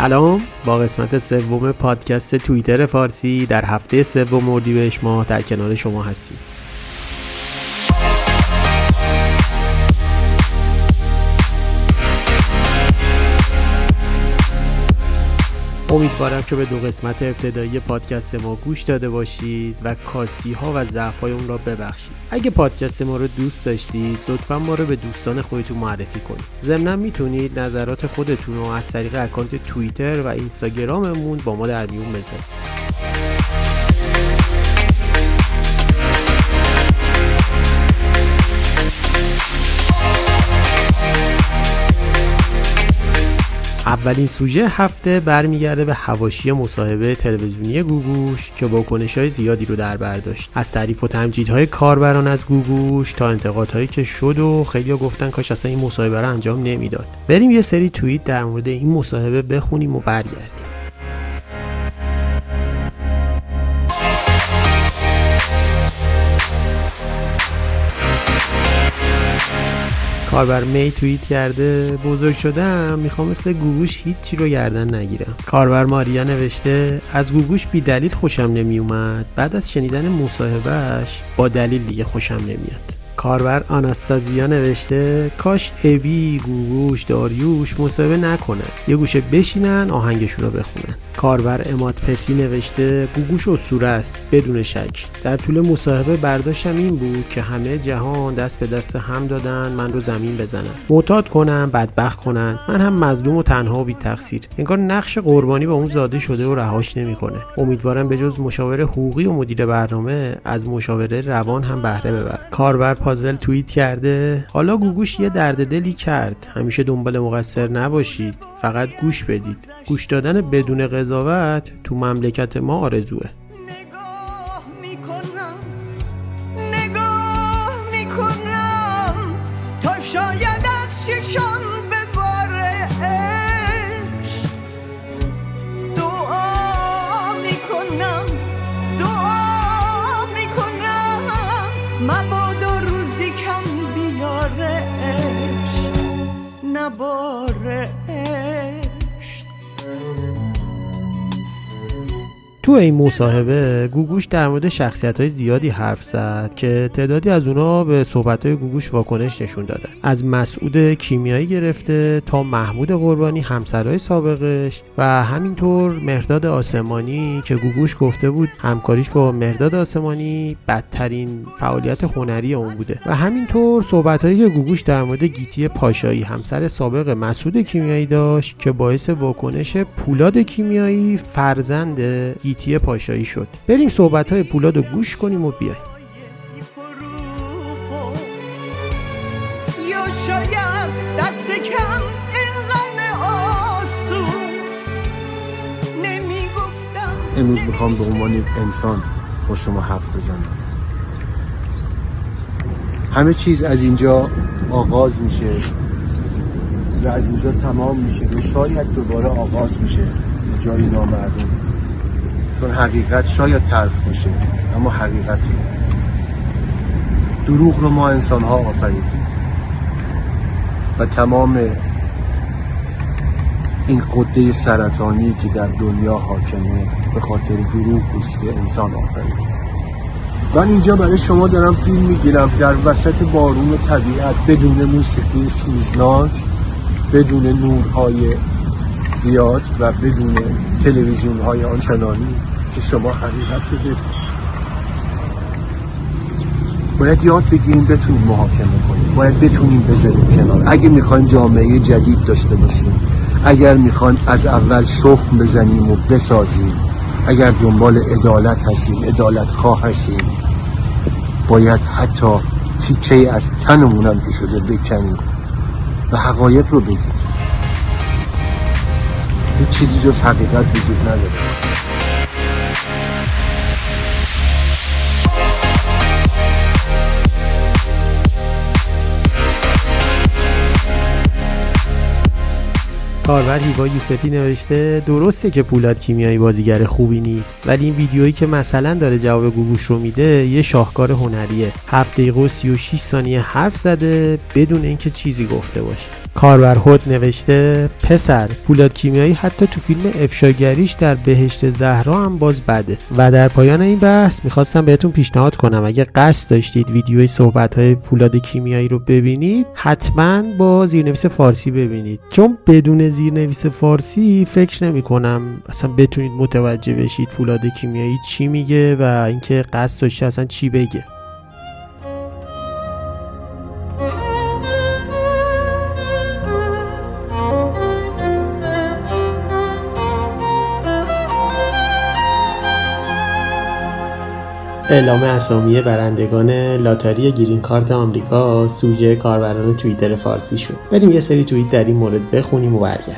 سلام، با قسمت سوم پادکست توییتر فارسی در هفته سوم اردیبهشت ماه در کنار شما هستیم. امیدوارم که به 2 قسمت ابتدایی پادکست ما گوش داده باشید و کاستی ها و ضعف های اون را ببخشید. اگه پادکست ما رو دوست داشتید لطفاً ما رو به دوستان خودتون معرفی کنید. ضمناً میتونید نظرات خودتون رو از طریق اکانت توییتر و اینستاگراممون با ما در میون بذارید. اولین سوژه هفته برمیگرده به حواشی مصاحبه تلویزیونی گوگوش که واکنش‌های زیادی رو در بر داشت. از تعریف و تمجیدهای کاربران از گوگوش تا انتقادهایی که شد و خیلی‌ها گفتن کاش اصلا این مصاحبه رو انجام نمیداد. بریم یه سری توییت در مورد این مصاحبه بخونیم و برگردیم. کاربر می توییت کرده بزرگ شدم میخوام مثل گوگوش هیچی رو گردن نگیرم. کاربر ماریا نوشته از گوگوش بی دلیل خوشم نمی اومد، بعد از شنیدن مصاحبهش با دلیل دیگه خوشم نمیاد. کاربر آناستازیا نوشته کاش ابی، گوگوش، داریوش مصاحبه نکنن، یه گوشه بشینن آهنگشون رو بخونن. کاربر اماد پسی نوشته گوگوش اسطوره است بدون شک. در طول مصاحبه برداشتم این بود که همه جهان دست به دست هم دادن من رو زمین بزنن، معتاد کنن، بدبخت کنن، من هم مظلوم و تنها و بی تقصیر. انگار نقش قربانی با اون زاده شده و رهاش نمیکنه. امیدوارم به جز مشاور حقوقی و مدیر برنامه از مشاوره روان هم بهره ببر. کاربر پازل توییت کرده حالا گوگوش یه درد دلی کرد، همیشه دنبال مقصر نباشید، فقط گوش بدید. گوش دادن بدون قضاوت تو مملکت ما آرزوه. نگاه میکنم تا شاید از چشم بباره عشق، دعا میکنم مبادا روزی کم بیاره عشق نباره عشق. تو این مصاحبه گوگوش در مورد شخصیت‌های زیادی حرف زد که تعدادی از اونا به صحبت‌های گوگوش واکنش نشون دادن. از مسعود کیمیایی گرفته تا محمود قربانی همسرای سابقش و همینطور مهرداد آسمانی که گوگوش گفته بود همکاریش با مهرداد آسمانی بدترین فعالیت هنری اون بوده و همینطور صحبت‌هایی که گوگوش در مورد گیتی پاشایی همسر سابق مسعود کیمیایی داشت که باعث واکنش پولاد کیمیایی فرزند گیتی پاشایی شد. بریم صحبت‌های پولاد رو گوش کنیم و بیاییم. یا شاید دست کم اینقدر آسون نمیگفتم. امروز میخوام به عنوان یک انسان با شما حرف بزنم. همه چیز از اینجا آغاز میشه و از اینجا تمام میشه و شاید دوباره آغاز میشه جایی نامعلوم. چون حقیقت شاید تلخ باشه اما حقیقته. دروغ رو ما انسان ها آفریدیم و تمام این غده سرطانی که در دنیا حاکمه به خاطر دروغ است که انسان آفرید. من اینجا برای شما دارم فیلم میگیرم در وسط بارون طبیعت، بدون موسیقی سوزناک، بدون نورهای زیاد و بدون تلویزیون های آنچنانی که شما حقیقت رو بدونید. باید یاد بگیریم بتونیم محاکمه کنیم، باید بتونیم بذاریم کنار. اگه میخوایم جامعه جدید داشته باشیم، اگر میخوایم از اول شخم بزنیم و بسازیم، اگر دنبال عدالت هستیم، عدالت خواه هستیم، باید حتی تیکه از تنمونم که شده بکنیم و حقایق رو بگیم. هیچ چیزی جز حقیقت وجود نداره. کاربر هیوا یوسفی نوشته درسته که پولاد کیمیایی بازیگر خوبی نیست، ولی این ویدیویی که مثلا داره جواب گوگوش رو میده یه شاهکار هنریه. 7 دقیقه و 36 ثانیه حرف زده بدون اینکه چیزی گفته باشه. کاربر هود نوشته پسر پولاد کیمیایی حتی تو فیلم افشاگریش در بهشت زهرا هم باز بده. و در پایان این بحث میخواستم بهتون پیشنهاد کنم اگه قصد داشتید ویدیوی صحبت‌های پولاد کیمیایی رو ببینید حتما با زیرنویس فارسی ببینید، چون بدون زیرنویس فارسی فکر نمی‌کنم اصلا بتونید متوجه بشید پولاد کیمیایی چی میگه و اینکه قصد داشته اصلا چی بگه. اعلام اسامی برندگان لاتاری گرین کارت آمریکا سوژه کاربران توییتر فارسی شد. بریم یه سری توییت در این مورد بخونیم و برگردیم.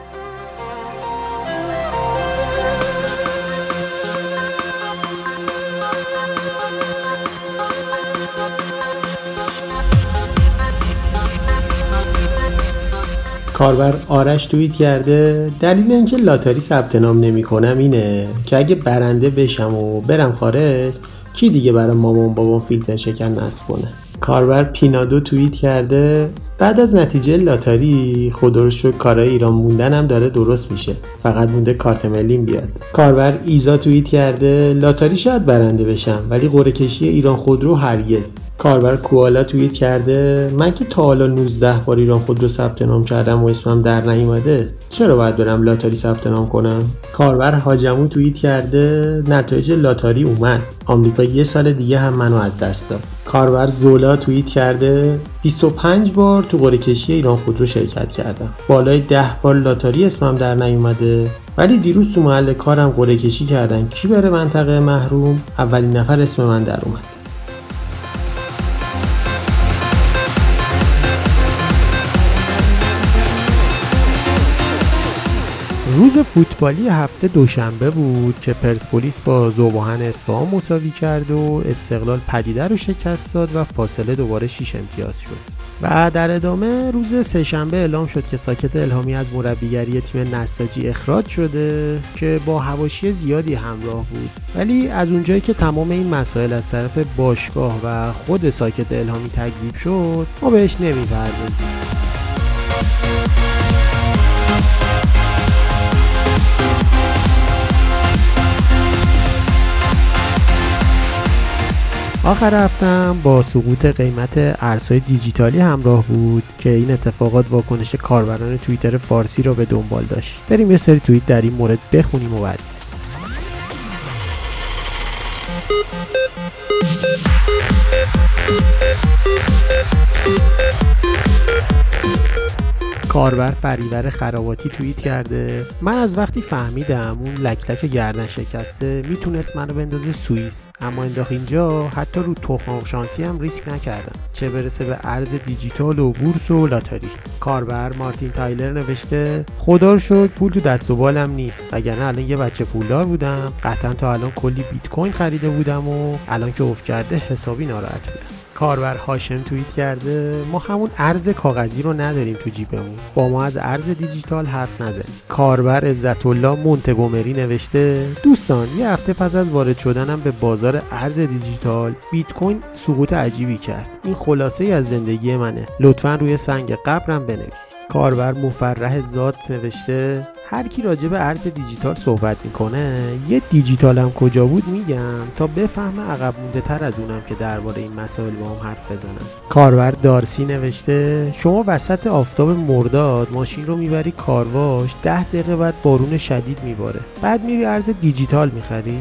کاربر آرش توییت کرده دلیل اینکه لاتاری ثبت نام نمی‌کنم اینه که اگه برنده بشم و برم خارج کی دیگه برای مامان بابام فیلتر شکن نصب کنه. کاربر پینادو توییت کرده بعد از نتیجه لاتاری خدا رو شکر کارهای ایران موندن هم داره درست میشه، فقط مونده کارت ملیم بیاد. کاربر ایزا توییت کرده لاتاری شاید برنده بشم ولی قرعه کشی ایران خودرو هرگز. کاربر کوالا توییت کرده من که تا حالا 19 بار ایران خودرو ثبت نام کردم و اسمم در نیومده، چرا باید برم لاتاری ثبت نام کنم؟ کاربر حاجمو توییت کرده نتایج لاتاری اومد، آمریکا یه سال دیگه هم منو از دست داد. کاربر زولا توییت کرده 25 بار تو قرعه کشی ایران خودرو شرکت کردم، بالای 10 بار لاتاری اسمم در نیومده، ولی دیروز تو محل کارم قرعه کشی کردن کی بره منطقه محروم، اولین نفر اسم من در اومد. روز فوتبالی هفته دوشنبه بود که پرسپولیس با ذوب‌آهن اصفهان مساوی کرد و استقلال پدیده رو شکست داد و فاصله دوباره 6 امتیاز شد. و در ادامه روز سه‌شنبه اعلام شد که ساکت الهامی از مربیگری تیم نساجی اخراج شده که با حواشی زیادی همراه بود، ولی از اونجایی که تمام این مسائل از طرف باشگاه و خود ساکت الهامی تکذیب شد ما بهش نمی‌پردازیم. آخر هفتم با سقوط قیمت ارزهای دیجیتالی همراه بود که این اتفاقات واکنش کاربران توییتر فارسی را به دنبال داشت. بریم یه سری توییت در این مورد بخونیم و بعد کاربر فریور خراباتی توییت کرده من از وقتی فهمیدم اون لکلک گردن شکسته میتونست منو بندازه سوئیس، اما انداخت اینجا حتی رو تخم شانسی هم ریسک نکردم، چه برسه به ارز دیجیتال و بورس و لاتاری. کاربر مارتین تایلر نوشته خدا رو شکر پول تو دست و بالم نیست، وگرنه الان یه بچه پولدار بودم، قطعا تا الان کلی بیت کوین خریده بودم و الان که افت کرده حسابی ناراحت بودم. کاربر هاشم توییت کرده ما همون ارز کاغذی رو نداریم تو جیبمون، با ما از ارز دیجیتال حرف نزنید. کاربر عزت الله مونتگومری نوشته دوستان یه هفته پس از وارد شدنم به بازار ارز دیجیتال بیت کوین سقوط عجیبی کرد، این خلاصه ای از زندگی منه، لطفاً روی سنگ قبرم بنویسید. کاربر مفرح ذات نوشته هر کی راجع به ارز دیجیتال صحبت میکنه یه دیجیتال هم کجا بود میگم تا بفهمه عقب مونده تر از اونم که درباره این مسائل با هم حرف بزنم. کاربر دارسی نوشته شما وسط آفتاب مرداد ماشین رو میبری کارواش، 10 دقیقه بعد بارون شدید میباره، بعد میری ارز دیجیتال میخری؟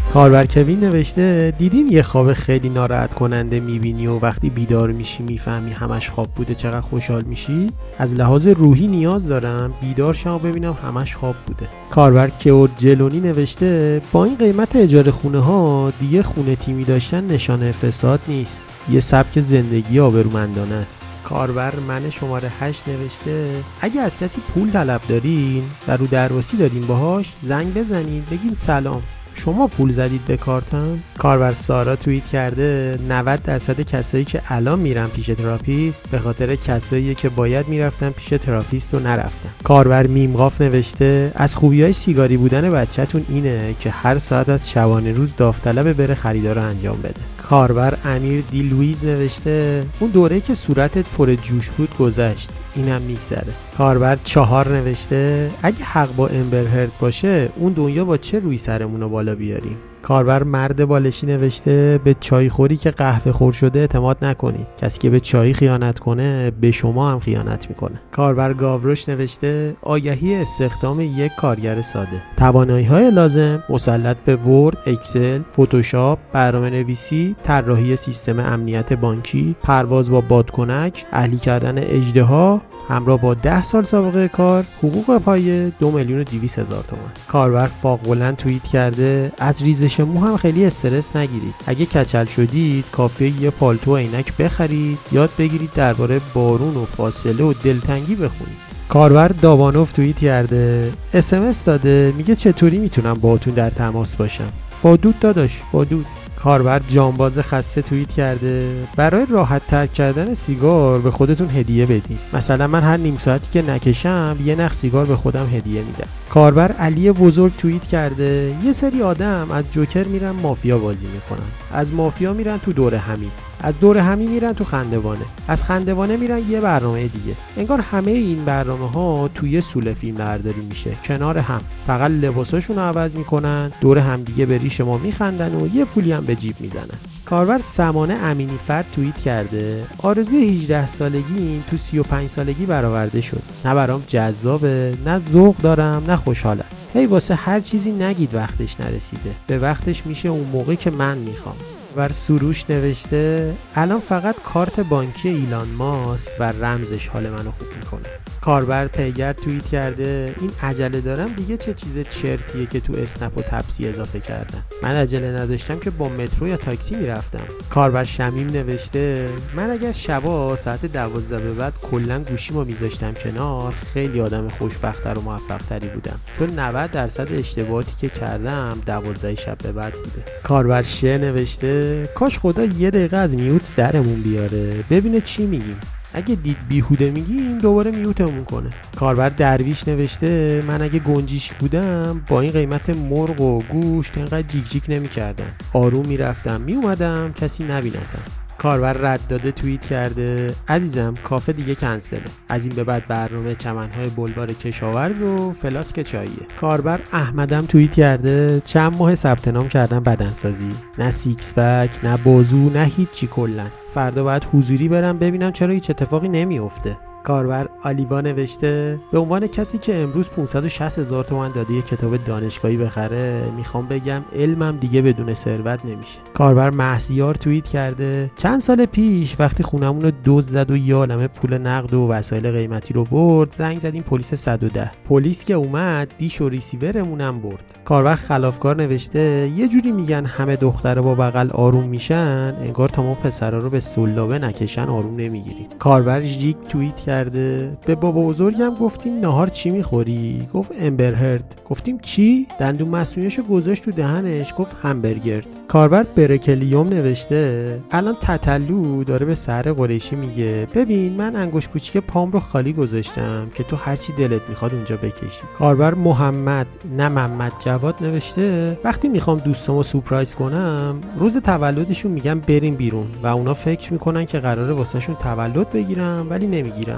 کاربر کوین نوشته دیدین یه خواب خیلی ناراحت کننده میبینی و وقتی بیدار میشی میفهمی همش خواب بوده چقدر خوشحال میشی؟ از لحاظ روحی نیاز دارم بیدار شم و ببینم همش خواب بوده. کاربر کئور جلونی نوشته با این قیمت اجاره خونه ها دیگه خونه تیمی داشتن نشانه فساد نیست، یه سبک زندگی آبرومندانه است. کاربر من شماره 8 نوشته اگه از کسی پول طلب دارین و رو درواسی دارین باهاش زنگ بزنید بگین سلام شما پول زدید به کارتم؟ کاربر سارا توییت کرده 90% کسایی که الان میرن پیش تراپیست به خاطر کساییه که باید میرفتن پیش تراپیست و نرفتن. کاربر میمقاف نوشته از خوبیای سیگاری بودن بچه‌تون اینه که هر ساعت از شبانه روز داوطلب بره خریدا رو انجام بده. کاربر امیر دی لویز نوشته اون دوره‌ای که صورتت پر جوش بود گذشت، اینم میگذره. کاربر 4 نوشته اگه حق با امبر هرد باشه اون دنیا با چه روی سرمونو بالا بیاریم. کاربر مرد بالشی نوشته به چای خوری که قهوه خور شده اعتماد نکنید، کسی که به چای خیانت کنه به شما هم خیانت میکنه. کاربر گاوروش نوشته آگهی استخدام یک کارگر ساده، توانایی‌های لازم مسلط به ورد، اکسل، فتوشاپ، برنامه‌نویسی، طراحی سیستم امنیت بانکی، پرواز با بادکنک، اهلی کردن اژدها همراه با 10 سال سابقه کار، حقوق پایه 2,200,000 تومان. کاربر فاق بلند توییت کرده از ریزش مو هم خیلی استرس نگیرید، اگه کچل شدید کافیه یه پالتو و عینک بخرید، یاد بگیرید درباره بارون و فاصله و دلتنگی بخونید. کاربر دابانوف توییت کرده SMS داده میگه چطوری میتونم باهاتون در تماس باشم؟ با دود داداش، با دود. کاربر جانباز خسته توییت کرده برای راحت ترک کردن سیگار به خودتون هدیه بدین، مثلا من هر نیم ساعتی که نکشم یه نخ سیگار به خودم هدیه میدم. کاربر علی بزرگ توییت کرده یه سری آدم از جوکر میرن مافیا بازی میکنن، از مافیا میرن تو دور همی، از دور همی میرن تو خندوانه، از خندوانه میرن یه برنامه دیگه، انگار همه این برنامه ها توی سوله فیلم برداری میشه کنار هم، فقط لباساشون رو عوض میکنن، دور هم دیگه به ریش ما میخندن و یه پولی هم به جیب میزنن. کاربر سمانه امینی فرد توییت کرده آرزوی 18 سالگیم تو 35 سالگی برآورده شد، نه برام جذابه، نه ذوق دارم، نه خوشحالم. هی واسه هر چیزی نگید وقتش نرسیده، به وقتش میشه اون موقع که من میخوام. ور سروش نوشته الان فقط کارت بانکی ایلان ماسک و رمزش حال منو خوب میکنه. کاربر پیگر توییت کرده این عجله دارم دیگه چه چیز چرتیه که تو اسنپ و تپسی اضافه کردن، من عجله نداشتم که با مترو یا تاکسی میرفتم. کاربر شمیم نوشته من اگر شبا ساعت 12 به بعد کلا گوشیمو میذاشتم کنار خیلی آدم خوشبخت‌تر و موفق‌تری بودم، چون 90% اشتباهاتی که کردم 12 شب به بعد بوده. کاربر شه نوشته کاش خدا یه دقیقه از میوت درمون بیاره ببینه چی میگیم، اگه دید بیهوده میگیم دوباره میوتمون کنه. کاربر درویش نوشته من اگه گنجیش بودم با این قیمت مرغ و گوشت انقدر جیک جیک نمی‌کردم، آروم میرفتم میومدم کسی نبینتم. کاربر رد داده توییت کرده عزیزم کافه دیگه کنسله، از این به بعد برنامه چمنهای بلوار کشاورز و فلاسک چاییه. کاربر احمدم توییت کرده چند ماه ثبت نام کردم بدنسازی، نه سیکس پک نه بازو نه هیچی، کلا فردا باید حضوری برم ببینم چرا هیچ اتفاقی نمیافته. کاربر آلیوا نوشته به عنوان کسی که امروز 560,000 تومان داده یه کتاب دانشگاهی بخره میخوام بگم علمم دیگه بدون ثروت نمیشه. کاربر محسیار توییت کرده چند سال پیش وقتی خونمون رو دزد زد و یه عالمه پول نقد و وسایل قیمتی رو برد زنگ زدیم پلیس 110، پلیس که اومد دیش و ریسیورمونم برد. کاربر خلافکار نوشته یه جوری میگن همه دخترها با بغل آروم میشن انگار تا ما پسرا رو به سلابه نکشن آروم نمیگیریم. کاربر ژیک توییت کرده به بابا بزرگم گفتیم نهار چی میخوری؟ گفت امبر هرد. گفتیم چی؟ دندون مصنوعیشو گذاشت تو دهنش گفت همبرگر. کاربر برکلیوم نوشته الان تتلو داره به سحر قریشی میگه ببین من انگشت کوچیک پام رو خالی گذاشتم که تو هرچی دلت میخواد اونجا بکشی. کاربر محمد نه محمد جواد نوشته وقتی میخوام دوستامو سورپرایز کنم روز تولدشون میگم بریم بیرون و اونا فکر میکنن که قراره واسهشون تولد بگیرم ولی نمیگیرم.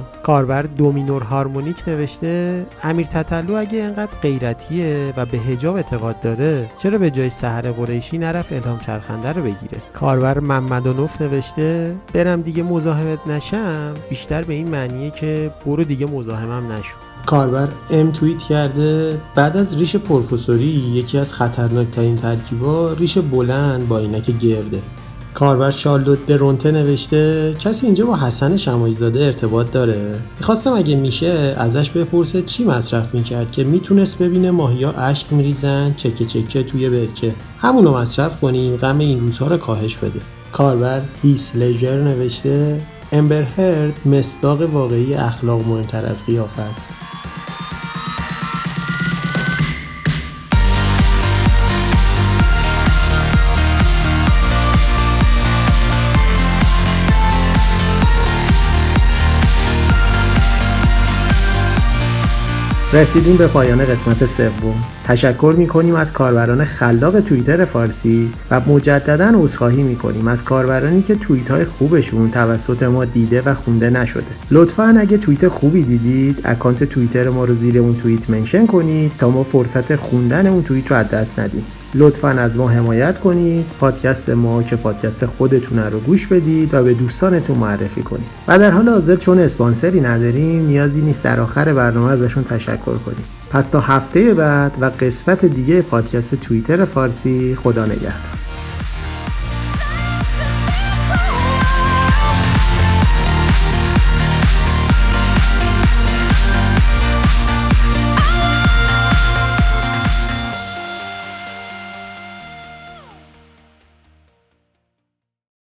بگیرم. کاربر دومینور هارمونیک نوشته امیر تتلو اگه اینقدر غیرتیه و به حجاب اعتقاد داره چرا به جای سحر قریشی نرفت الهام چرخنده رو بگیره؟ کاربر محمدونوف نوشته برم دیگه مزاحمت نشم بیشتر به این معنیه که برو دیگه مزاحمم نشو. کاربر ام توییت کرده بعد از ریش پروفسوری یکی از خطرناکترین ترکیبا ریش بلند با عینک گرده. کاربر شارلوت درونته نوشته کسی اینجا با حسن شماعی‌زاده ارتباط داره؟ میخواستم اگه میشه ازش بپرسه چی مصرف میکرد که میتونست ببینه ماهیا اشک میریزن چکه چکه توی برکه، همونو مصرف کنیم غم این روزها رو کاهش بده. کاربر هیس لژر نوشته امبر هرد مصداق واقعی اخلاق مهمتر از قیافه است. رسیدیم به پایان قسمت سوم. تشکر میکنیم از کاربران خلاق توییتر فارسی و مجددا عذرخواهی میکنیم از کاربرانی که توییت های خوبشون توسط ما دیده و خونده نشده. لطفاً اگه توییت خوبی دیدید اکانت توییتر ما رو زیر اون توییت منشن کنید تا ما فرصت خوندن اون توییت رو از دست ندیم. لطفاً از ما حمایت کنید، پادکست ما که پادکست خودتونه رو گوش بدید و به دوستانتون معرفی کنید. و در حال حاضر چون اسپانسری نداریم نیازی نیست در آخر برنامه ازشون تشکر کنیم. پس تا هفته بعد و قسمت دیگه پادکست توییتر فارسی، خدا نگهدار.